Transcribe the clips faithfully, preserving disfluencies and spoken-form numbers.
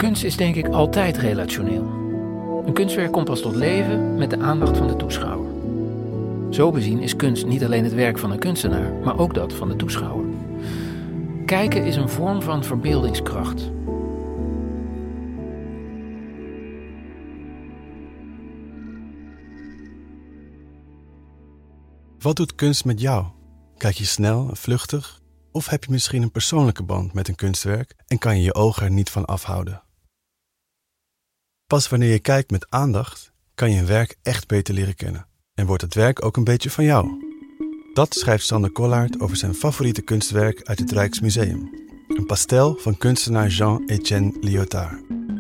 Kunst is denk ik altijd relationeel. Een kunstwerk komt pas tot leven met de aandacht van de toeschouwer. Zo bezien is kunst niet alleen het werk van een kunstenaar, maar ook dat van de toeschouwer. Kijken is een vorm van verbeeldingskracht. Wat doet kunst met jou? Kijk je snel en vluchtig? Of heb je misschien een persoonlijke band met een kunstwerk en kan je je ogen er niet van afhouden? Pas wanneer je kijkt met aandacht, kan je een werk echt beter leren kennen. En wordt het werk ook een beetje van jou. Dat schrijft Sander Kollaert over zijn favoriete kunstwerk uit het Rijksmuseum. Een pastel van kunstenaar Jean-Etienne Liotard.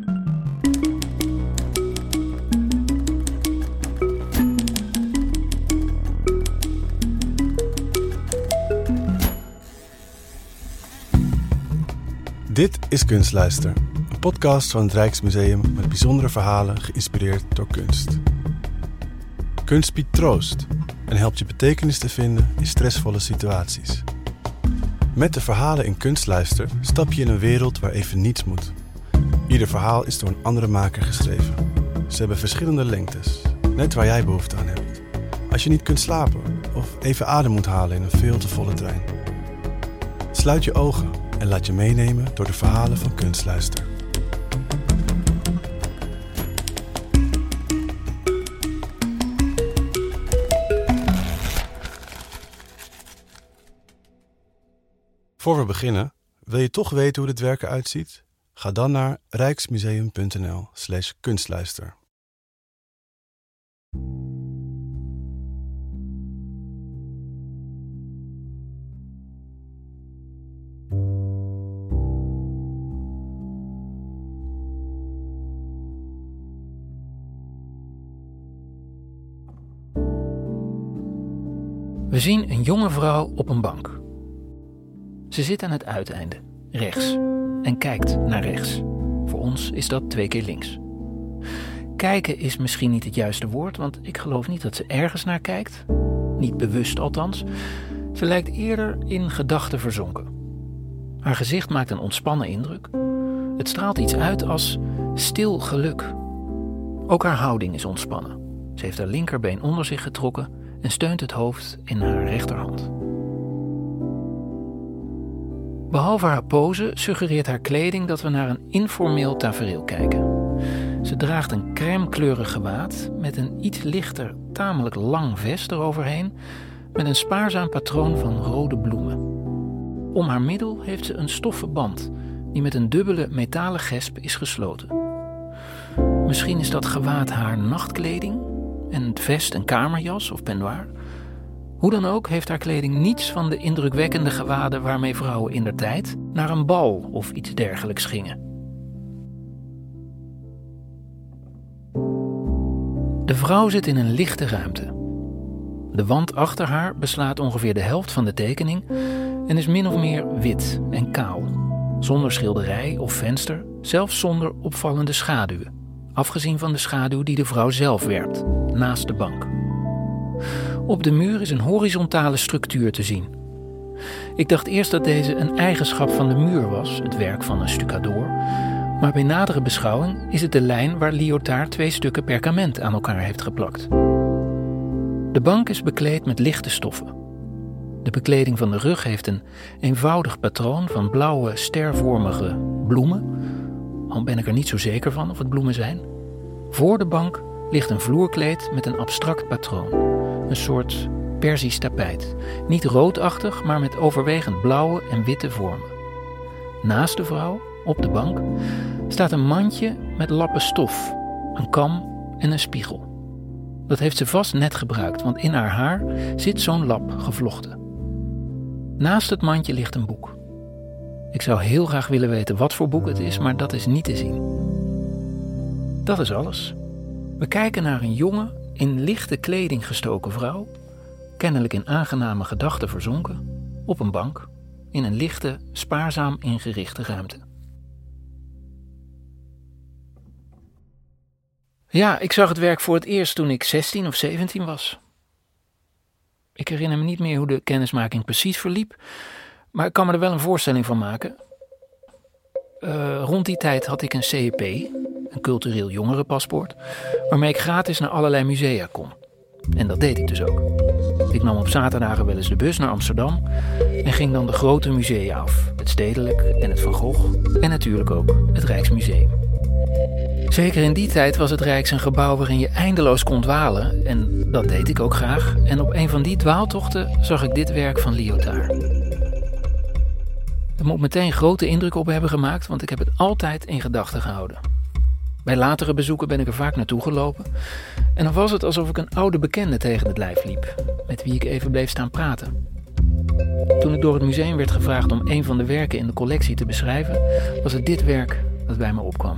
Dit is Kunstluister, een podcast van het Rijksmuseum met bijzondere verhalen geïnspireerd door kunst. Kunst biedt troost en helpt je betekenis te vinden in stressvolle situaties. Met de verhalen in Kunstluister stap je in een wereld waar even niets moet. Ieder verhaal is door een andere maker geschreven. Ze hebben verschillende lengtes, net waar jij behoefte aan hebt. Als je niet kunt slapen of even adem moet halen in een veel te volle trein. Sluit je ogen en laat je meenemen door de verhalen van Kunstluister. Voor we beginnen, wil je toch weten hoe dit werk eruit ziet? Ga dan naar rijksmuseum.nl slash kunstluister. We zien een jonge vrouw op een bank. Ze zit aan het uiteinde, rechts, en kijkt naar rechts. Voor ons is dat twee keer links. Kijken is misschien niet het juiste woord, want ik geloof niet dat ze ergens naar kijkt. Niet bewust althans. Ze lijkt eerder in gedachten verzonken. Haar gezicht maakt een ontspannen indruk. Het straalt iets uit als stil geluk. Ook haar houding is ontspannen. Ze heeft haar linkerbeen onder zich getrokken en steunt het hoofd in haar rechterhand. Behalve haar pose suggereert haar kleding dat we naar een informeel tafereel kijken. Ze draagt een crèmekleurig gewaad met een iets lichter, tamelijk lang vest eroverheen met een spaarzaam patroon van rode bloemen. Om haar middel heeft ze een stoffen band die met een dubbele metalen gesp is gesloten. Misschien is dat gewaad haar nachtkleding en het vest een kamerjas of peignoir. Hoe dan ook heeft haar kleding niets van de indrukwekkende gewaden waarmee vrouwen indertijd naar een bal of iets dergelijks gingen. De vrouw zit in een lichte ruimte. De wand achter haar beslaat ongeveer de helft van de tekening en is min of meer wit en kaal, zonder schilderij of venster, zelfs zonder opvallende schaduwen, afgezien van de schaduw die de vrouw zelf werpt, naast de bank. Op de muur is een horizontale structuur te zien. Ik dacht eerst dat deze een eigenschap van de muur was, het werk van een stucadoor, maar bij nadere beschouwing is het de lijn waar Liotard twee stukken perkament aan elkaar heeft geplakt. De bank is bekleed met lichte stoffen. De bekleding van de rug heeft een eenvoudig patroon van blauwe, stervormige bloemen, al ben ik er niet zo zeker van of het bloemen zijn. Voor de bank ligt een vloerkleed met een abstract patroon. Een soort Perzisch tapijt. Niet roodachtig, maar met overwegend blauwe en witte vormen. Naast de vrouw, op de bank, staat een mandje met lappen stof, een kam en een spiegel. Dat heeft ze vast net gebruikt, want in haar haar zit zo'n lap gevlochten. Naast het mandje ligt een boek. Ik zou heel graag willen weten wat voor boek het is, maar dat is niet te zien. Dat is alles. We kijken naar een jonge, in lichte kleding gestoken vrouw, kennelijk in aangename gedachten verzonken, op een bank, in een lichte, spaarzaam ingerichte ruimte. Ja, ik zag het werk voor het eerst toen ik zestien of zeventien was. Ik herinner me niet meer hoe de kennismaking precies verliep, maar ik kan me er wel een voorstelling van maken. Uh, rond die tijd had ik een C E P, een cultureel jongerenpaspoort, waarmee ik gratis naar allerlei musea kon. En dat deed ik dus ook. Ik nam op zaterdagen wel eens de bus naar Amsterdam en ging dan de grote musea af. Het Stedelijk en het Van Gogh en natuurlijk ook het Rijksmuseum. Zeker in die tijd was het Rijks een gebouw waarin je eindeloos kon dwalen en dat deed ik ook graag. En op een van die dwaaltochten zag ik dit werk van Lyotard. Het moet meteen grote indruk op hebben gemaakt, want ik heb het altijd in gedachten gehouden. Bij latere bezoeken ben ik er vaak naartoe gelopen en dan was het alsof ik een oude bekende tegen het lijf liep, met wie ik even bleef staan praten. Toen ik door het museum werd gevraagd om een van de werken in de collectie te beschrijven, was het dit werk dat bij me opkwam.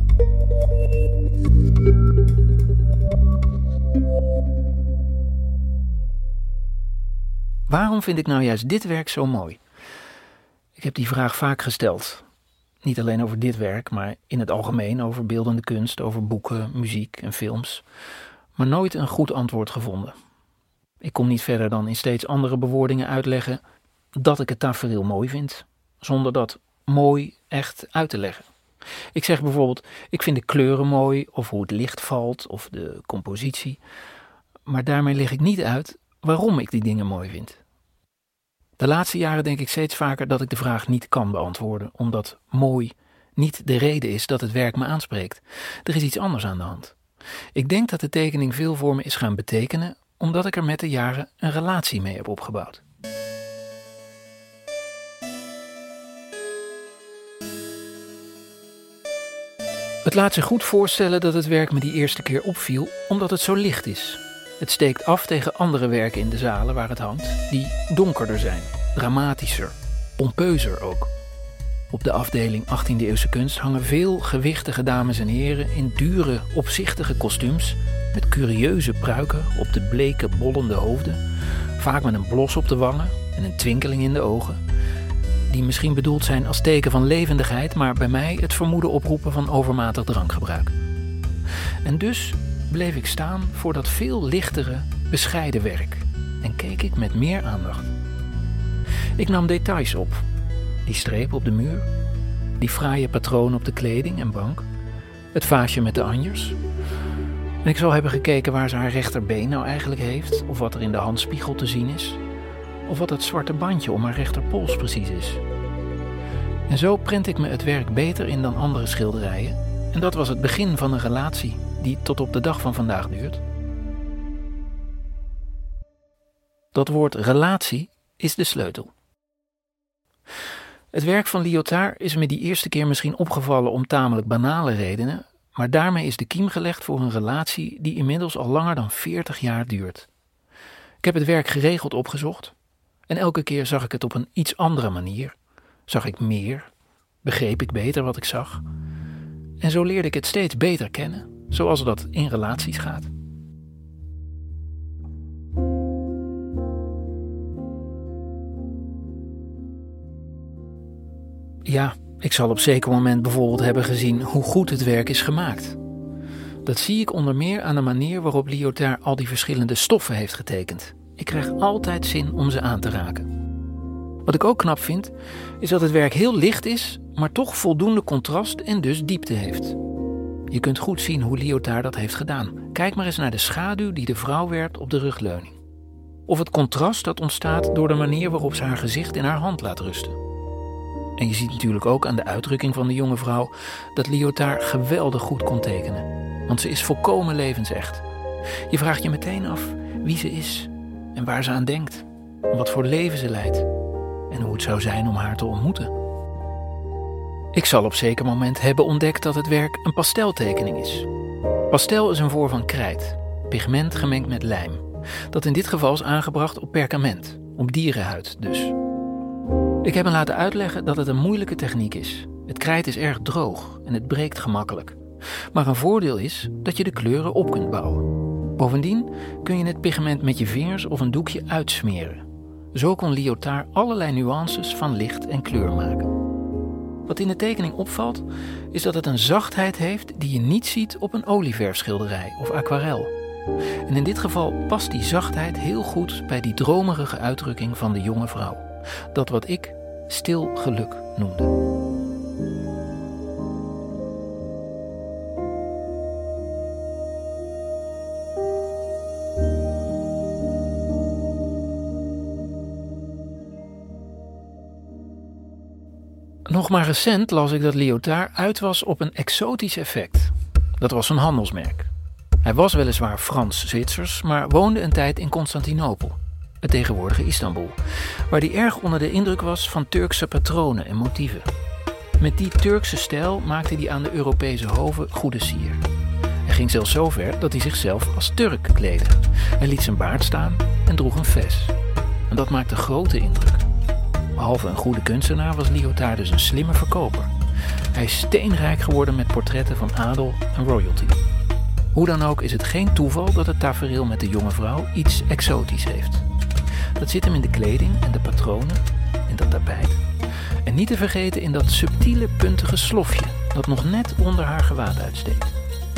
Waarom vind ik nou juist dit werk zo mooi? Ik heb die vraag vaak gesteld. Niet alleen over dit werk, maar in het algemeen over beeldende kunst, over boeken, muziek en films. Maar nooit een goed antwoord gevonden. Ik kom niet verder dan in steeds andere bewoordingen uitleggen dat ik het tafereel mooi vind, zonder dat mooi echt uit te leggen. Ik zeg bijvoorbeeld, ik vind de kleuren mooi, of hoe het licht valt, of de compositie. Maar daarmee leg ik niet uit waarom ik die dingen mooi vind. De laatste jaren denk ik steeds vaker dat ik de vraag niet kan beantwoorden, omdat mooi niet de reden is dat het werk me aanspreekt. Er is iets anders aan de hand. Ik denk dat de tekening veel voor me is gaan betekenen, omdat ik er met de jaren een relatie mee heb opgebouwd. Het laat zich goed voorstellen dat het werk me die eerste keer opviel, omdat het zo licht is. Het steekt af tegen andere werken in de zalen waar het hangt, die donkerder zijn, dramatischer, pompeuzer ook. Op de afdeling achttiende eeuwse kunst hangen veel gewichtige dames en heren in dure, opzichtige kostuums, met curieuze pruiken op de bleke, bollende hoofden, vaak met een blos op de wangen en een twinkeling in de ogen, die misschien bedoeld zijn als teken van levendigheid, maar bij mij het vermoeden oproepen van overmatig drankgebruik. En dus bleef ik staan voor dat veel lichtere, bescheiden werk en keek ik met meer aandacht. Ik nam details op, die streep op de muur, die fraaie patroon op de kleding en bank, het vaasje met de anjers. En ik zal hebben gekeken waar ze haar rechterbeen nou eigenlijk heeft, of wat er in de handspiegel te zien is, of wat het zwarte bandje om haar rechterpols precies is. En zo prent ik me het werk beter in dan andere schilderijen, en dat was het begin van een relatie die tot op de dag van vandaag duurt. Dat woord relatie is de sleutel. Het werk van Lyotard is me die eerste keer misschien opgevallen om tamelijk banale redenen, maar daarmee is de kiem gelegd voor een relatie die inmiddels al langer dan veertig jaar duurt. Ik heb het werk geregeld opgezocht en elke keer zag ik het op een iets andere manier. Zag ik meer, begreep ik beter wat ik zag. En zo leerde ik het steeds beter kennen, zoals dat in relaties gaat. Ja, ik zal op zeker moment bijvoorbeeld hebben gezien hoe goed het werk is gemaakt. Dat zie ik onder meer aan de manier waarop Lyotard al die verschillende stoffen heeft getekend. Ik krijg altijd zin om ze aan te raken. Wat ik ook knap vind, is dat het werk heel licht is, maar toch voldoende contrast en dus diepte heeft. Je kunt goed zien hoe Lyotard dat heeft gedaan. Kijk maar eens naar de schaduw die de vrouw werpt op de rugleuning. Of het contrast dat ontstaat door de manier waarop ze haar gezicht in haar hand laat rusten. En je ziet natuurlijk ook aan de uitdrukking van de jonge vrouw dat Lyotard geweldig goed kon tekenen. Want ze is volkomen levensecht. Je vraagt je meteen af wie ze is en waar ze aan denkt. En wat voor leven ze leidt. En hoe het zou zijn om haar te ontmoeten. Ik zal op zeker moment hebben ontdekt dat het werk een pasteltekening is. Pastel is een vorm van krijt, pigment gemengd met lijm. Dat in dit geval is aangebracht op perkament, op dierenhuid dus. Ik heb hem laten uitleggen dat het een moeilijke techniek is. Het krijt is erg droog en het breekt gemakkelijk. Maar een voordeel is dat je de kleuren op kunt bouwen. Bovendien kun je het pigment met je vingers of een doekje uitsmeren. Zo kon Lyotard allerlei nuances van licht en kleur maken. Wat in de tekening opvalt, is dat het een zachtheid heeft die je niet ziet op een olieverfschilderij of aquarel. En in dit geval past die zachtheid heel goed bij die dromerige uitdrukking van de jonge vrouw. Dat wat ik stil geluk noemde. Nog maar recent las ik dat Lyotard uit was op een exotisch effect. Dat was een handelsmerk. Hij was weliswaar Frans-Zwitsers, maar woonde een tijd in Constantinopel, het tegenwoordige Istanbul, waar hij erg onder de indruk was van Turkse patronen en motieven. Met die Turkse stijl maakte hij aan de Europese hoven goede sier. Hij ging zelfs zo ver dat hij zichzelf als Turk kleedde. Hij liet zijn baard staan en droeg een fes. En dat maakte grote indruk. Behalve een goede kunstenaar was Lyotard dus een slimme verkoper. Hij is steenrijk geworden met portretten van adel en royalty. Hoe dan ook is het geen toeval dat het tafereel met de jonge vrouw iets exotisch heeft. Dat zit hem in de kleding en de patronen, in dat tapijt. En niet te vergeten in dat subtiele puntige slofje dat nog net onder haar gewaad uitsteekt.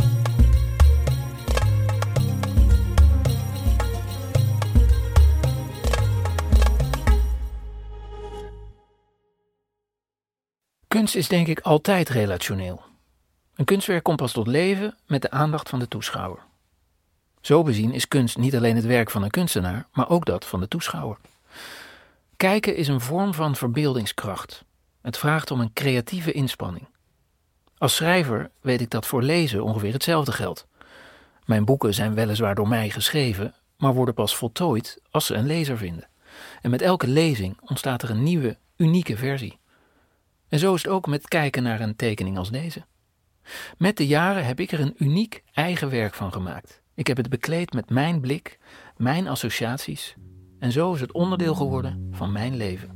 Kunst is denk ik altijd relationeel. Een kunstwerk komt pas tot leven met de aandacht van de toeschouwer. Zo bezien is kunst niet alleen het werk van een kunstenaar, maar ook dat van de toeschouwer. Kijken is een vorm van verbeeldingskracht. Het vraagt om een creatieve inspanning. Als schrijver weet ik dat voor lezen ongeveer hetzelfde geldt. Mijn boeken zijn weliswaar door mij geschreven, maar worden pas voltooid als ze een lezer vinden. En met elke lezing ontstaat er een nieuwe, unieke versie. En zo is het ook met kijken naar een tekening als deze. Met de jaren heb ik er een uniek eigen werk van gemaakt. Ik heb het bekleed met mijn blik, mijn associaties. En zo is het onderdeel geworden van mijn leven.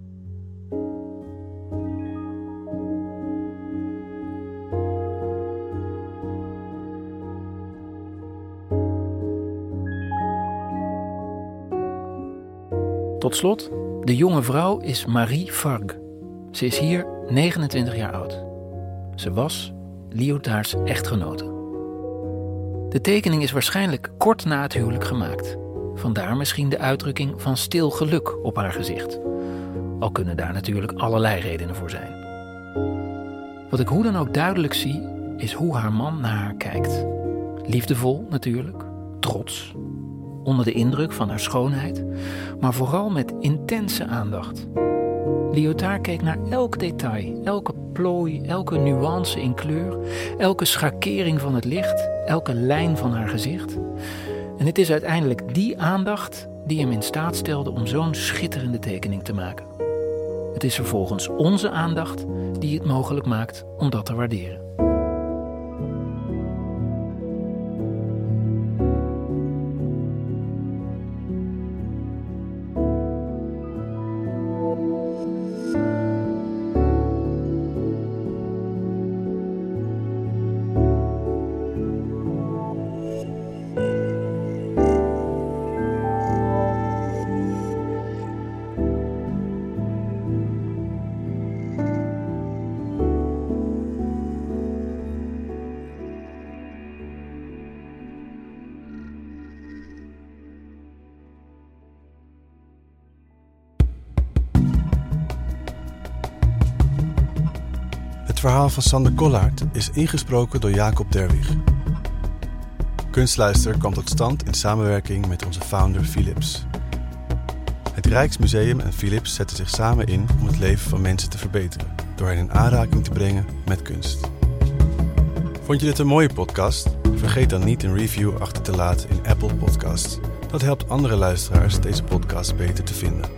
Tot slot, de jonge vrouw is Marie Fargue. Ze is hier negenentwintig jaar oud. Ze was Lyotards echtgenote. De tekening is waarschijnlijk kort na het huwelijk gemaakt. Vandaar misschien de uitdrukking van stil geluk op haar gezicht. Al kunnen daar natuurlijk allerlei redenen voor zijn. Wat ik hoe dan ook duidelijk zie, is hoe haar man naar haar kijkt. Liefdevol natuurlijk, trots, onder de indruk van haar schoonheid, maar vooral met intense aandacht. Lyotard keek naar elk detail, elke plooi, elke nuance in kleur, elke schakering van het licht, elke lijn van haar gezicht. En het is uiteindelijk die aandacht die hem in staat stelde om zo'n schitterende tekening te maken. Het is vervolgens onze aandacht die het mogelijk maakt om dat te waarderen. Het verhaal van Sander Kollaert is ingesproken door Jacob Derwig. Kunstluister kwam tot stand in samenwerking met onze founder Philips. Het Rijksmuseum en Philips zetten zich samen in om het leven van mensen te verbeteren, door hen in aanraking te brengen met kunst. Vond je dit een mooie podcast? Vergeet dan niet een review achter te laten in Apple Podcasts. Dat helpt andere luisteraars deze podcast beter te vinden.